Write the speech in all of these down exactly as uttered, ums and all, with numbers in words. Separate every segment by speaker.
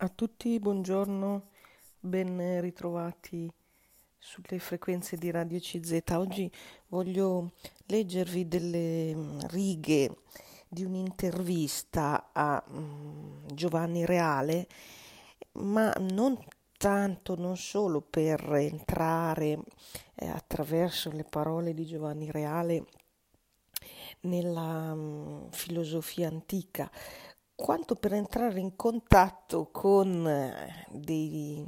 Speaker 1: A tutti, buongiorno, ben ritrovati sulle frequenze di Radio C Z. Oggi voglio leggervi delle mm, righe di un'intervista a mm, Giovanni Reale, ma non tanto, non solo per entrare eh, attraverso le parole di Giovanni Reale nella mm, filosofia antica, quanto per entrare in contatto con eh, dei,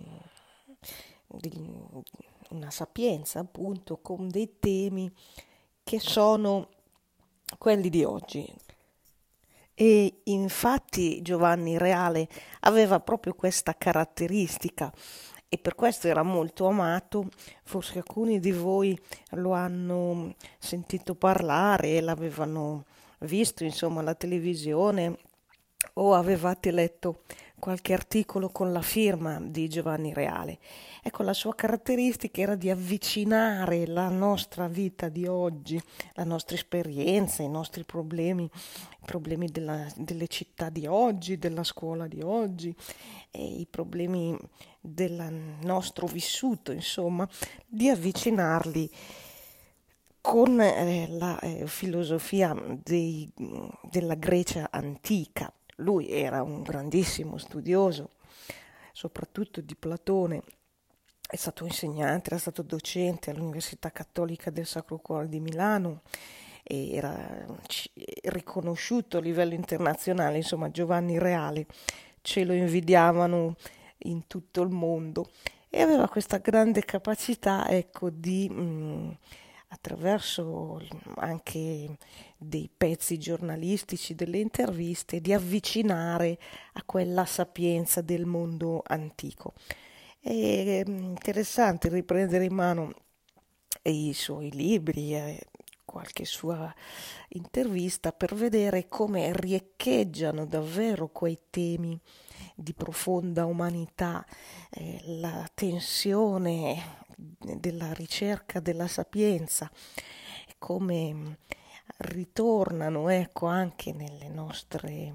Speaker 1: dei- una sapienza, appunto, con dei temi che sono quelli di oggi. E infatti Giovanni Reale aveva proprio questa caratteristica e per questo era molto amato. Forse alcuni di voi lo hanno sentito parlare e l'avevano visto, insomma, alla televisione o avevate letto qualche articolo con la firma di Giovanni Reale. Ecco, la sua caratteristica era di avvicinare la nostra vita di oggi, la nostra esperienza, i nostri problemi, i problemi della- delle città di oggi, della scuola di oggi, e i problemi del nostro vissuto, insomma, di avvicinarli con eh, la eh, filosofia dei- della Grecia antica. Lui era un grandissimo studioso, soprattutto di Platone, è stato insegnante, era stato docente all'Università Cattolica del Sacro Cuore di Milano e era ci- riconosciuto a livello internazionale, insomma Giovanni Reale ce lo invidiavano in tutto il mondo e aveva questa grande capacità, ecco, di mh, attraverso anche dei pezzi giornalistici, delle interviste, di avvicinare a quella sapienza del mondo antico. È mm, interessante riprendere in mano i suoi libri, e qualche sua intervista per vedere come riecheggiano davvero quei temi di profonda umanità, eh, la tensione della ricerca della sapienza, come mm, ritornano, ecco, anche nelle nostre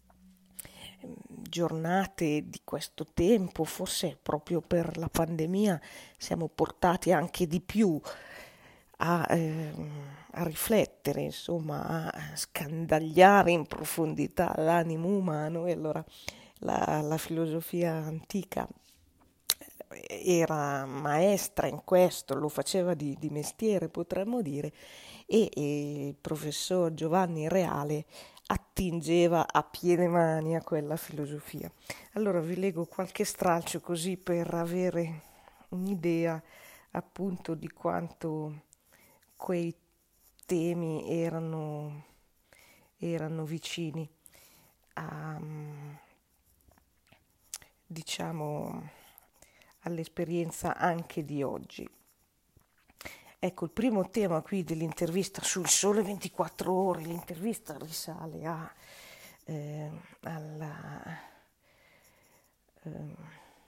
Speaker 1: mm, giornate di questo tempo, forse proprio per la pandemia siamo portati anche di più a, ehm, a riflettere, insomma, a scandagliare in profondità l'animo umano e allora la, la filosofia antica era maestra in questo, lo faceva di, di mestiere, potremmo dire, e, e il professor Giovanni Reale attingeva a piene mani a quella filosofia. Allora vi leggo qualche stralcio così per avere un'idea appunto di quanto quei temi erano, erano vicini a, diciamo, all'esperienza anche di oggi. Ecco, il primo tema qui dell'intervista sul Sole ventiquattro Ore, l'intervista risale a, eh, alla, eh,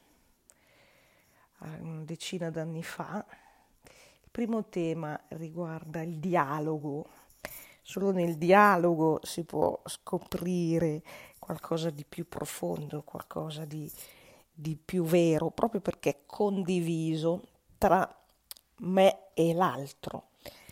Speaker 1: a una decina d'anni fa. Il primo tema riguarda il dialogo. Solo nel dialogo si può scoprire qualcosa di più profondo, qualcosa di, di più vero, proprio perché è condiviso tra me e l'altro.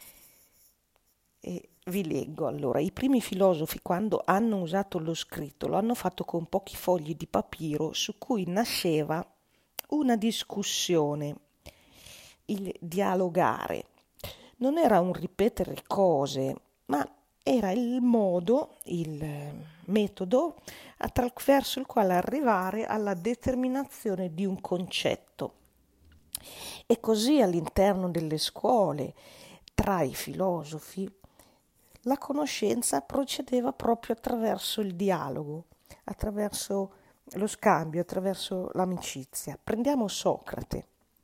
Speaker 1: E vi leggo allora, i primi filosofi quando hanno usato lo scritto lo hanno fatto con pochi fogli di papiro su cui nasceva una discussione, il dialogare. Non era un ripetere cose, ma era il modo, il metodo attraverso il quale arrivare alla determinazione di un concetto. E così all'interno delle scuole, tra i filosofi, la conoscenza procedeva proprio attraverso il dialogo, attraverso lo scambio, attraverso l'amicizia. Prendiamo Socrate.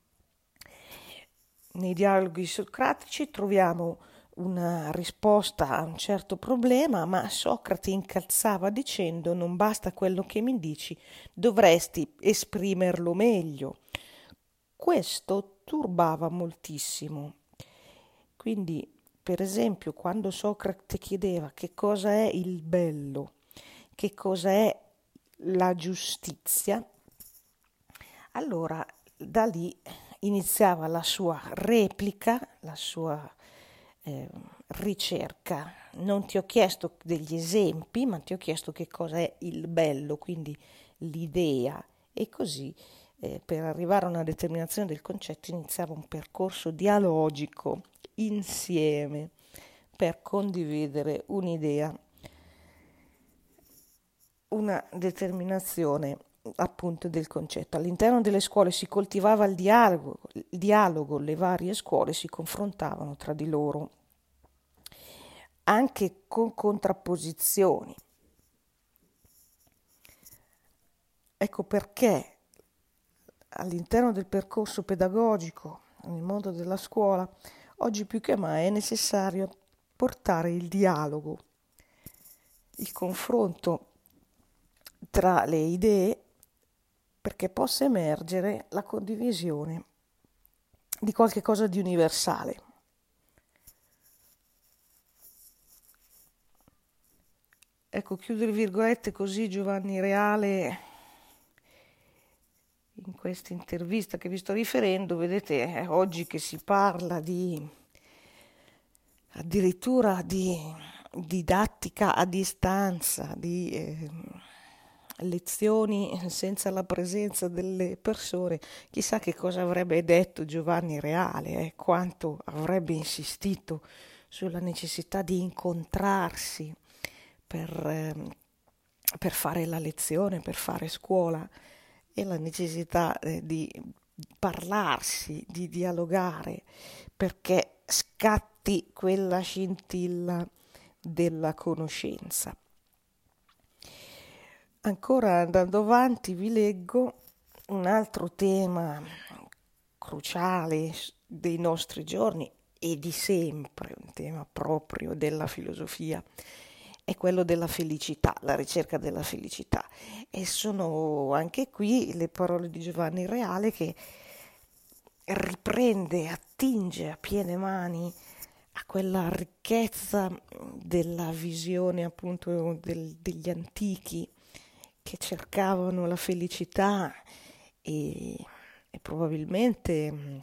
Speaker 1: Nei dialoghi socratici troviamo una risposta a un certo problema, ma Socrate incalzava dicendo: non basta quello che mi dici, dovresti esprimerlo meglio. Questo turbava moltissimo. Quindi, per esempio, quando Socrate chiedeva che cosa è il bello, che cosa è la giustizia, Allora, da lì iniziava la sua replica, la sua eh, ricerca. Non ti ho chiesto degli esempi, ma ti ho chiesto che cosa è il bello, quindi l'idea. E così, eh, per arrivare a una determinazione del concetto, iniziava un percorso dialogico insieme per condividere un'idea, una determinazione appunto del concetto. All'interno delle scuole si coltivava il dialogo, il dialogo, le varie scuole si confrontavano tra di loro, anche con contrapposizioni. Ecco perché all'interno del percorso pedagogico, nel mondo della scuola, oggi più che mai è necessario portare il dialogo, il confronto tra le idee, perché possa emergere la condivisione di qualche cosa di universale. Ecco, chiudo le virgolette così Giovanni Reale in questa intervista che vi sto riferendo, vedete, è oggi che si parla di addirittura di didattica a distanza, di eh, lezioni senza la presenza delle persone, chissà che cosa avrebbe detto Giovanni Reale, eh, quanto avrebbe insistito sulla necessità di incontrarsi per, eh, per fare la lezione, per fare scuola, e la necessità eh, di parlarsi, di dialogare, perché scatti quella scintilla della conoscenza. Ancora andando avanti vi leggo un altro tema cruciale dei nostri giorni e di sempre, un tema proprio della filosofia, è quello della felicità, la ricerca della felicità. E sono anche qui le parole di Giovanni Reale che riprende, attinge a piene mani a quella ricchezza della visione appunto del, degli antichi che cercavano la felicità e, e probabilmente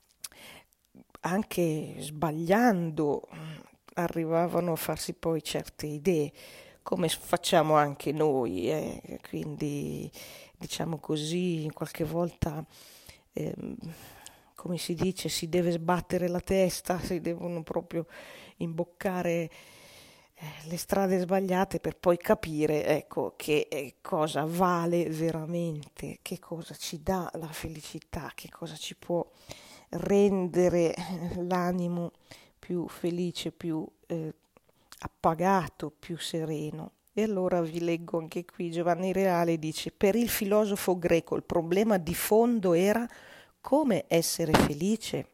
Speaker 1: anche sbagliando arrivavano a farsi poi certe idee, come facciamo anche noi, eh? Quindi diciamo così, qualche volta, ehm, come si dice, si deve sbattere la testa, si devono proprio imboccare le strade sbagliate per poi capire, ecco, che eh, cosa vale veramente, che cosa ci dà la felicità, che cosa ci può rendere l'animo più felice, più eh, appagato, più sereno. E allora vi leggo anche qui, Giovanni Reale dice: per il filosofo greco il problema di fondo era come essere felice.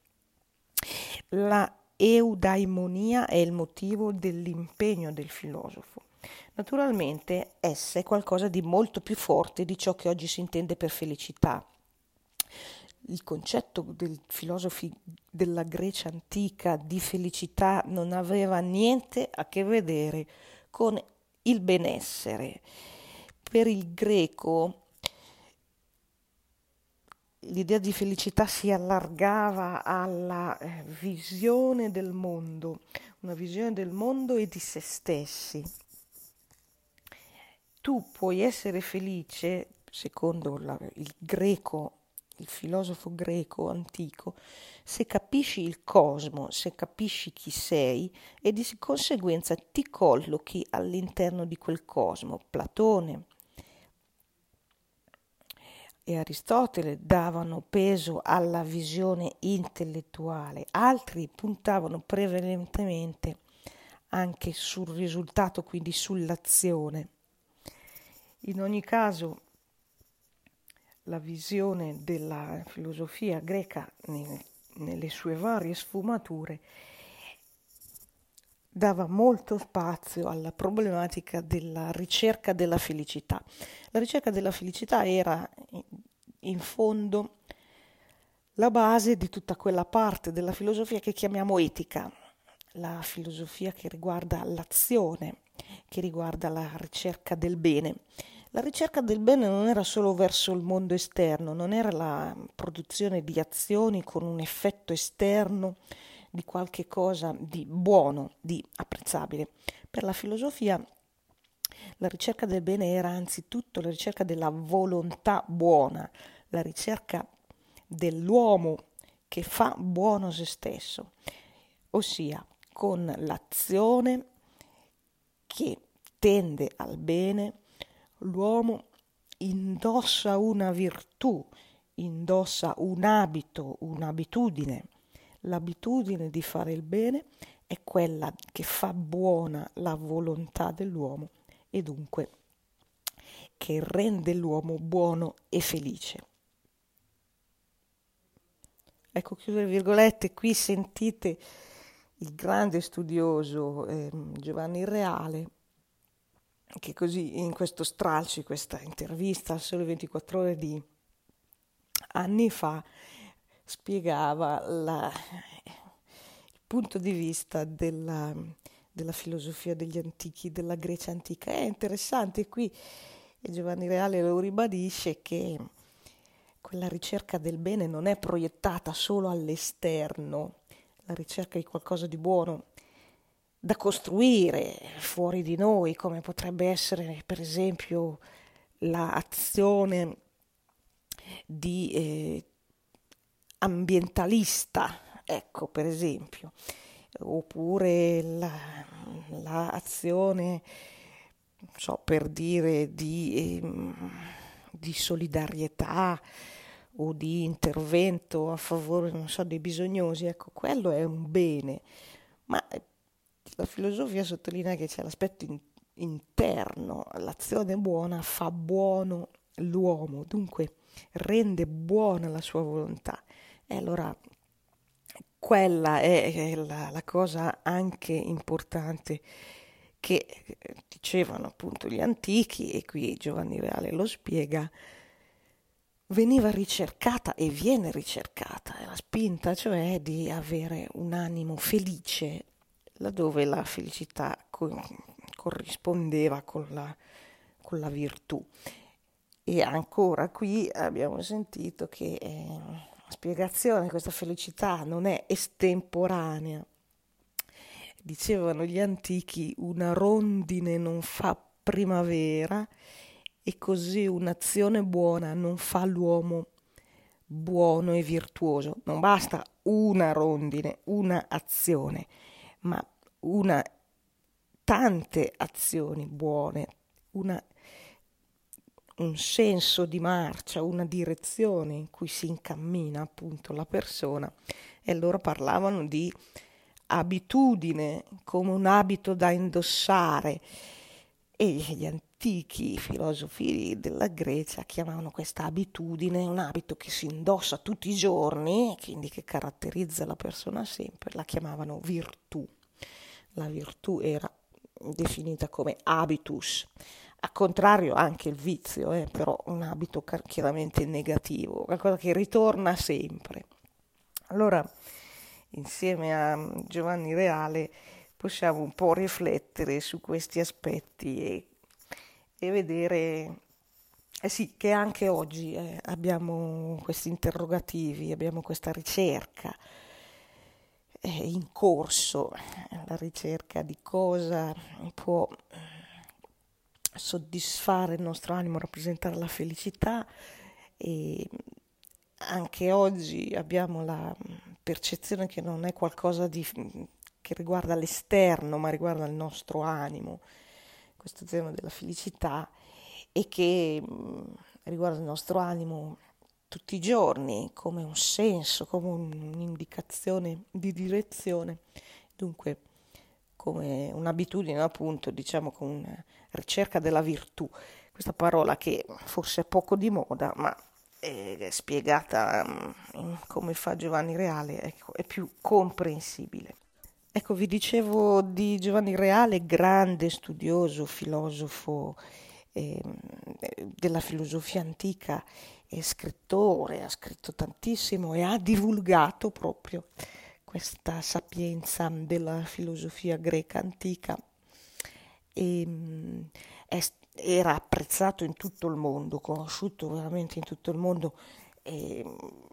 Speaker 1: La eudaimonia è il motivo dell'impegno del filosofo. Naturalmente essa è qualcosa di molto più forte di ciò che oggi si intende per felicità. Il concetto dei filosofi della Grecia antica di felicità non aveva niente a che vedere con il benessere. Per il greco l'idea di felicità si allargava alla eh, visione del mondo, una visione del mondo e di se stessi. Tu puoi essere felice, secondo la, il greco, il filosofo greco antico, se capisci il cosmo, se capisci chi sei e di conseguenza ti collochi all'interno di quel cosmo. Platone e Aristotele davano peso alla visione intellettuale, altri puntavano prevalentemente anche sul risultato, quindi sull'azione. In ogni caso, la visione della filosofia greca nelle sue varie sfumature dava molto spazio alla problematica della ricerca della felicità. La ricerca della felicità era in fondo la base di tutta quella parte della filosofia che chiamiamo etica, la filosofia che riguarda l'azione, che riguarda la ricerca del bene. La ricerca del bene non era solo verso il mondo esterno, non era la produzione di azioni con un effetto esterno di qualche cosa di buono, di apprezzabile. Per la filosofia la ricerca del bene era anzitutto la ricerca della volontà buona, la ricerca dell'uomo che fa buono se stesso, ossia con l'azione che tende al bene, l'uomo indossa una virtù, indossa un abito, un'abitudine. L'abitudine di fare il bene è quella che fa buona la volontà dell'uomo e dunque che rende l'uomo buono e felice. Ecco, chiuso le virgolette, qui sentite il grande studioso eh, Giovanni Reale, che così in questo stralcio, in questa intervista al Sole ventiquattro Ore di anni fa, spiegava la, il punto di vista della, della filosofia degli antichi, della Grecia antica. È interessante qui, e Giovanni Reale lo ribadisce, che quella ricerca del bene non è proiettata solo all'esterno, la ricerca di qualcosa di buono da costruire fuori di noi, come potrebbe essere per esempio l'azione di eh, ambientalista, ecco per esempio, oppure l'azione, la so, per dire, di, eh, di solidarietà o di intervento a favore, non so, dei bisognosi, ecco, quello è un bene, ma la filosofia sottolinea che c'è l'aspetto in, interno, l'azione buona fa buono l'uomo, dunque rende buona la sua volontà. E allora quella è la, la cosa anche importante che dicevano appunto gli antichi, e qui Giovanni Reale lo spiega, veniva ricercata e viene ricercata, è la spinta cioè di avere un animo felice, laddove la felicità co- corrispondeva con la, con la virtù. E ancora qui abbiamo sentito che eh, la spiegazione di questa felicità non è estemporanea. Dicevano gli antichi, una rondine non fa primavera e così un'azione buona non fa l'uomo buono e virtuoso. Non basta una rondine, una azione, ma una, tante azioni buone, una, un senso di marcia, una direzione in cui si incammina appunto la persona. E loro parlavano di abitudine come un abito da indossare, e gli antichi filosofi della Grecia chiamavano questa abitudine un abito che si indossa tutti i giorni, quindi che caratterizza la persona sempre, la chiamavano virtù. La virtù era definita come habitus, a contrario anche il vizio, eh, però un abito chiaramente negativo, qualcosa che ritorna sempre. Allora, insieme a Giovanni Reale possiamo un po' riflettere su questi aspetti e, e vedere eh sì, che anche oggi eh, abbiamo questi interrogativi, abbiamo questa ricerca eh, in corso, la ricerca di cosa può soddisfare il nostro animo, rappresentare la felicità, e anche oggi abbiamo la percezione che non è qualcosa di, che riguarda l'esterno, ma riguarda il nostro animo, questo tema della felicità, e che mh, riguarda il nostro animo tutti i giorni come un senso, come un'indicazione di direzione, dunque come un'abitudine, appunto, diciamo, con una ricerca della virtù. Questa parola che forse è poco di moda, ma è spiegata um, come fa Giovanni Reale, ecco, è più comprensibile. Ecco, vi dicevo di Giovanni Reale, grande studioso, filosofo eh, della filosofia antica, e scrittore, ha scritto tantissimo e ha divulgato proprio questa sapienza della filosofia greca antica, e è, era apprezzato in tutto il mondo, conosciuto veramente in tutto il mondo, e,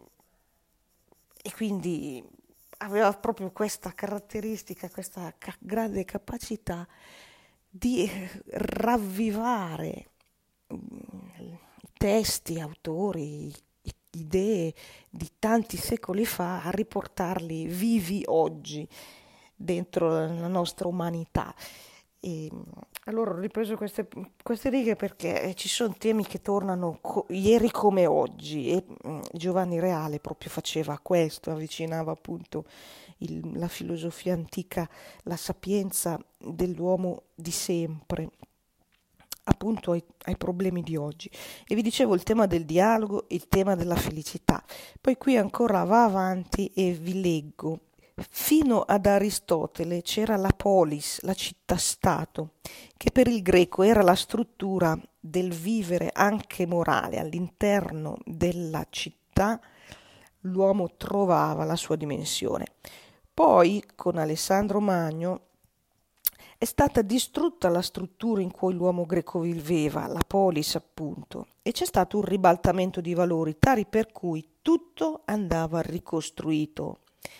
Speaker 1: e quindi aveva proprio questa caratteristica, questa ca- grande capacità di ravvivare mm, testi, autori, idee di tanti secoli fa, a riportarli vivi oggi dentro la nostra umanità. E allora ho ripreso queste, queste righe perché ci sono temi che tornano co- ieri come oggi, e mm, Giovanni Reale proprio faceva questo, avvicinava appunto il- la filosofia antica, la sapienza dell'uomo di sempre, appunto ai, ai problemi di oggi. E vi dicevo il tema del dialogo, il tema della felicità. Poi qui ancora va avanti e vi leggo. Fino ad Aristotele c'era la polis, la città-stato, che per il greco era la struttura del vivere anche morale. All'interno della città l'uomo trovava la sua dimensione. Poi, con Alessandro Magno, è stata distrutta la struttura in cui l'uomo greco viveva, la polis appunto, e c'è stato un ribaltamento di valori tali per cui tutto andava ricostruito.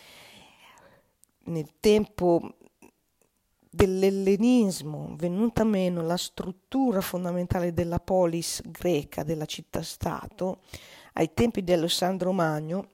Speaker 1: Nel tempo dell'ellenismo, venuta meno la struttura fondamentale della polis greca, della città-stato, ai tempi di Alessandro Magno,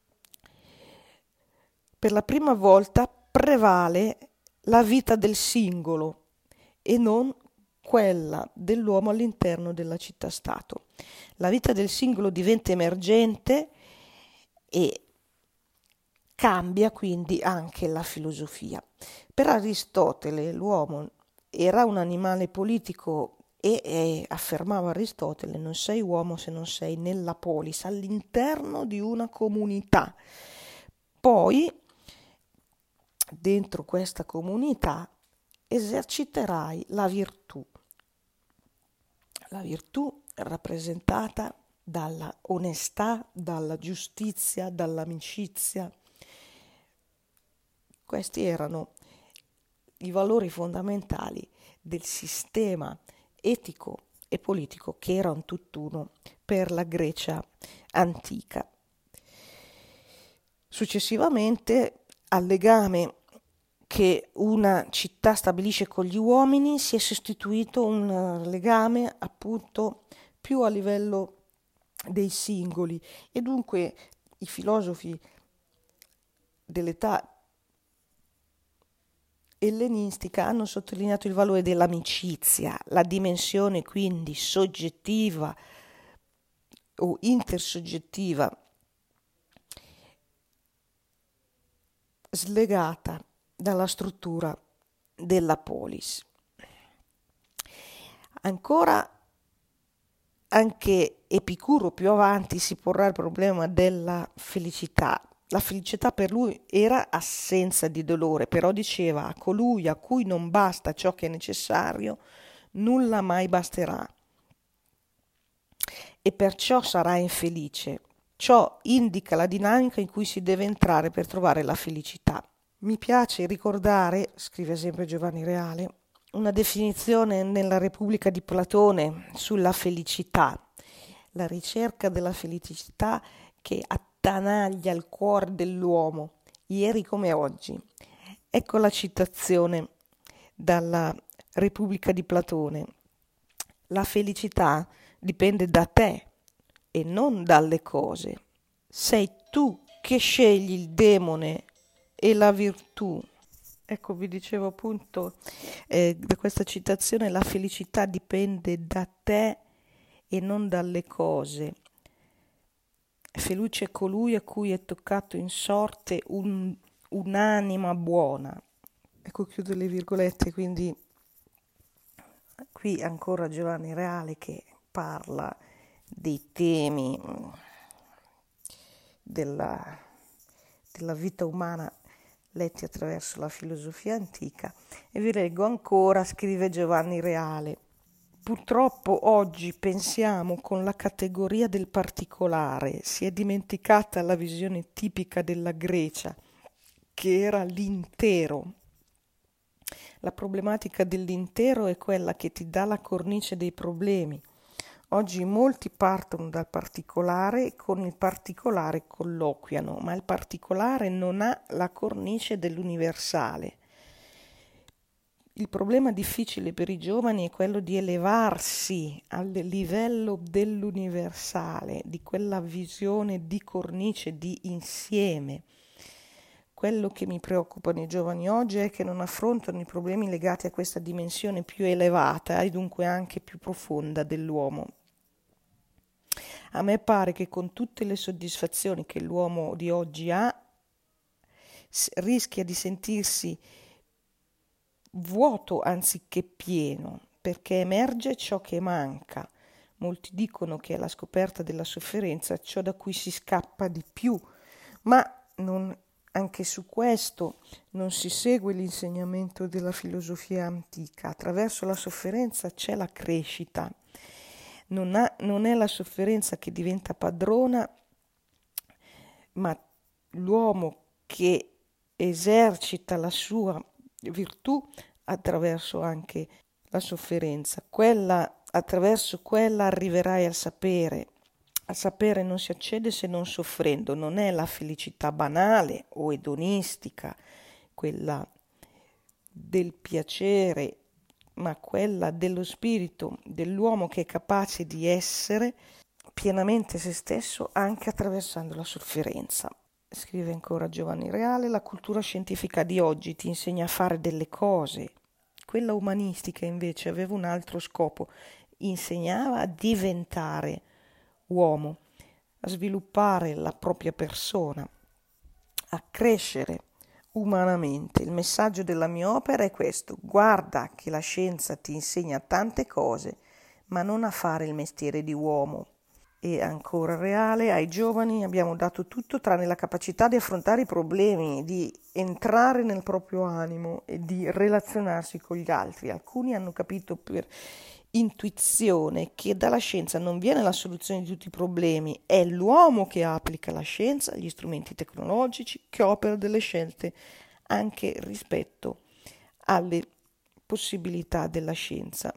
Speaker 1: per la prima volta prevale la vita del singolo e non quella dell'uomo all'interno della città-stato. La vita del singolo diventa emergente e cambia quindi anche la filosofia. Per Aristotele l'uomo era un animale politico e, e affermava Aristotele: non sei uomo se non sei nella polis, all'interno di una comunità. Poi, dentro questa comunità, eserciterai la virtù. La virtù rappresentata dalla onestà, dalla giustizia, dall'amicizia. Questi erano i valori fondamentali del sistema etico e politico che era un tutt'uno per la Grecia antica. Successivamente al legame che una città stabilisce con gli uomini si è sostituito un legame appunto più a livello dei singoli, e dunque i filosofi dell'età ellenistica hanno sottolineato il valore dell'amicizia, la dimensione quindi soggettiva o intersoggettiva slegata dalla struttura della polis. Ancora anche Epicuro più avanti si porrà il problema della felicità. La felicità per lui era assenza di dolore, però diceva: a colui a cui non basta ciò che è necessario, nulla mai basterà, e perciò sarà infelice. Ciò indica la dinamica in cui si deve entrare per trovare la felicità. Mi piace ricordare, scrive sempre Giovanni Reale, una definizione nella Repubblica di Platone sulla felicità, la ricerca della felicità che attanaglia il cuore dell'uomo, ieri come oggi. Ecco la citazione dalla Repubblica di Platone: la felicità dipende da te e non dalle cose. Sei tu che scegli il demone e la virtù. Ecco, vi dicevo appunto eh, da questa citazione: la felicità dipende da te e non dalle cose. Felice è colui a cui è toccato in sorte un, un'anima buona. Ecco, chiudo le virgolette, quindi qui ancora Giovanni Reale che parla dei temi della, della vita umana letti attraverso la filosofia antica. E vi leggo ancora, scrive Giovanni Reale: purtroppo oggi pensiamo con la categoria del particolare, si è dimenticata la visione tipica della Grecia, che era l'intero. La problematica dell'intero è quella che ti dà la cornice dei problemi. Oggi molti partono dal particolare e con il particolare colloquiano, ma il particolare non ha la cornice dell'universale. Il problema difficile per i giovani è quello di elevarsi al livello dell'universale, di quella visione di cornice, di insieme. Quello che mi preoccupa nei giovani oggi è che non affrontano i problemi legati a questa dimensione più elevata e dunque anche più profonda dell'uomo. A me pare che con tutte le soddisfazioni che l'uomo di oggi ha, rischia di sentirsi vuoto anziché pieno, perché emerge ciò che manca. Molti dicono che è la scoperta della sofferenza ciò da cui si scappa di più, ma non, anche su questo non si segue l'insegnamento della filosofia antica. Attraverso la sofferenza c'è la crescita. Non, ha, non è la sofferenza che diventa padrona, ma l'uomo che esercita la sua virtù attraverso anche la sofferenza. Quella, attraverso quella arriverai al sapere. Al sapere non si accede se non soffrendo. Non è la felicità banale o edonistica, quella del piacere, ma quella dello spirito, dell'uomo che è capace di essere pienamente se stesso anche attraversando la sofferenza. Scrive ancora Giovanni Reale, la cultura scientifica di oggi ti insegna a fare delle cose, quella umanistica invece aveva un altro scopo, insegnava a diventare uomo, a sviluppare la propria persona, a crescere umanamente. Il messaggio della mia opera è questo: guarda che la scienza ti insegna tante cose, ma non a fare il mestiere di uomo. E ancora Reale, ai giovani abbiamo dato tutto tranne la capacità di affrontare i problemi, di entrare nel proprio animo e di relazionarsi con gli altri. Alcuni hanno capito per intuizione che dalla scienza non viene la soluzione di tutti i problemi, è l'uomo che applica la scienza, gli strumenti tecnologici, che opera delle scelte anche rispetto alle possibilità della scienza.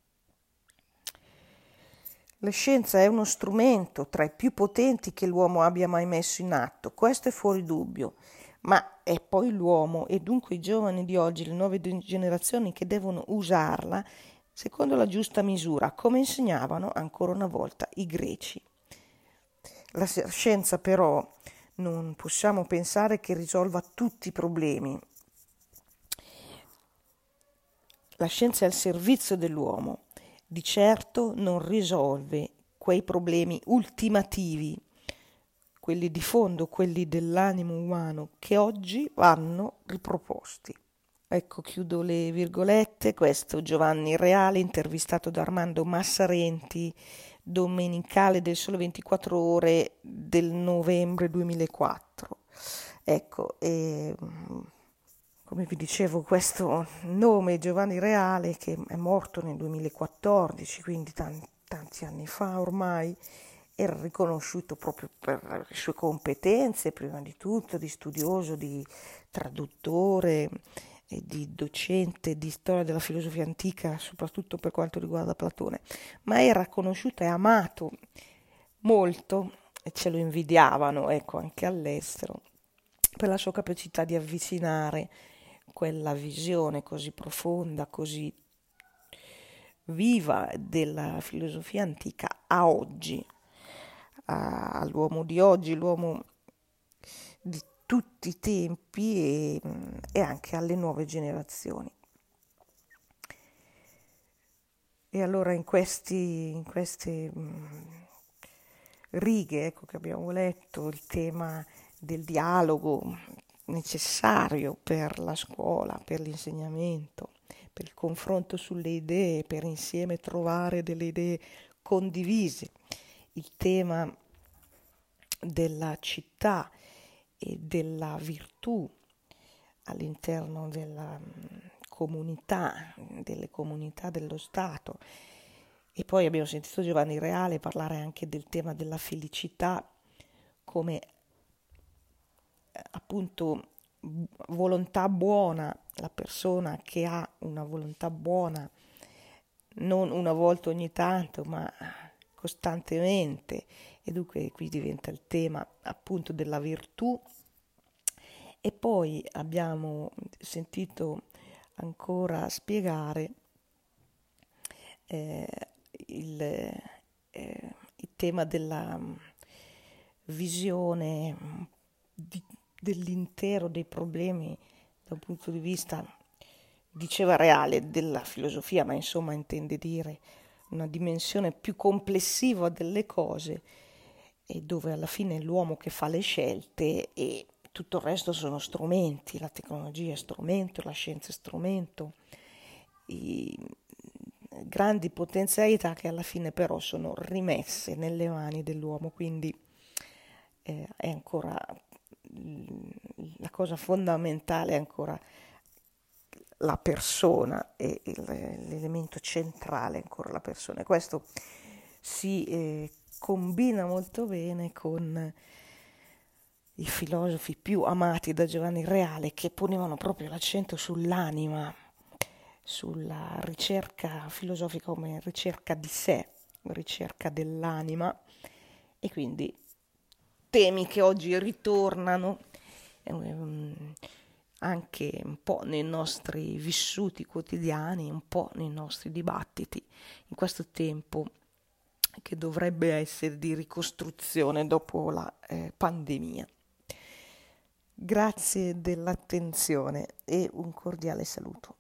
Speaker 1: La scienza è uno strumento tra i più potenti che l'uomo abbia mai messo in atto, questo è fuori dubbio, ma è poi l'uomo e dunque i giovani di oggi, le nuove generazioni che devono usarla secondo la giusta misura, come insegnavano ancora una volta i greci. La scienza però non possiamo pensare che risolva tutti i problemi. La scienza è al servizio dell'uomo. Di certo non risolve quei problemi ultimativi, quelli di fondo, quelli dell'animo umano, che oggi vanno riproposti. Ecco, chiudo le virgolette, questo Giovanni Reale, intervistato da Armando Massarenti, domenicale del Sole ventiquattro Ore del novembre duemilaquattro. Ecco, e come vi dicevo, questo nome Giovanni Reale, che è morto nel duemilaquattordici, quindi tanti, tanti anni fa ormai, era riconosciuto proprio per le sue competenze, prima di tutto, di studioso, di traduttore e di docente di storia della filosofia antica, soprattutto per quanto riguarda Platone, ma era conosciuto e amato molto, e ce lo invidiavano, ecco, anche all'estero, per la sua capacità di avvicinare quella visione così profonda, così viva della filosofia antica a oggi, all'uomo di oggi, l'uomo di tutti i tempi e, e anche alle nuove generazioni. E allora in, questi, in queste mh, righe, ecco, che abbiamo letto, il tema del dialogo necessario per la scuola, per l'insegnamento, per il confronto sulle idee, per insieme trovare delle idee condivise, il tema della città e della virtù all'interno della comunità, delle comunità dello Stato. E poi abbiamo sentito Giovanni Reale parlare anche del tema della felicità come appunto volontà buona, la persona che ha una volontà buona, non una volta ogni tanto, ma costantemente, e dunque qui diventa il tema appunto della virtù. E poi abbiamo sentito ancora spiegare eh, il, eh, il tema della mm, visione mm, di- dell'intero dei problemi da un punto di vista, diceva reale, della filosofia, ma insomma intende dire una dimensione più complessiva delle cose, e dove alla fine è l'uomo che fa le scelte e tutto il resto sono strumenti, la tecnologia è strumento, la scienza è strumento, i grandi potenzialità che alla fine però sono rimesse nelle mani dell'uomo, quindi eh, è ancora la cosa fondamentale, è ancora la persona, e il- l'elemento centrale è ancora la persona. E questo si eh, combina molto bene con i filosofi più amati da Giovanni Reale, che ponevano proprio l'accento sull'anima, sulla ricerca filosofica come ricerca di sé, ricerca dell'anima, e quindi temi che oggi ritornano ehm, anche un po' nei nostri vissuti quotidiani, un po' nei nostri dibattiti, in questo tempo che dovrebbe essere di ricostruzione dopo la eh, pandemia. Grazie dell'attenzione e un cordiale saluto.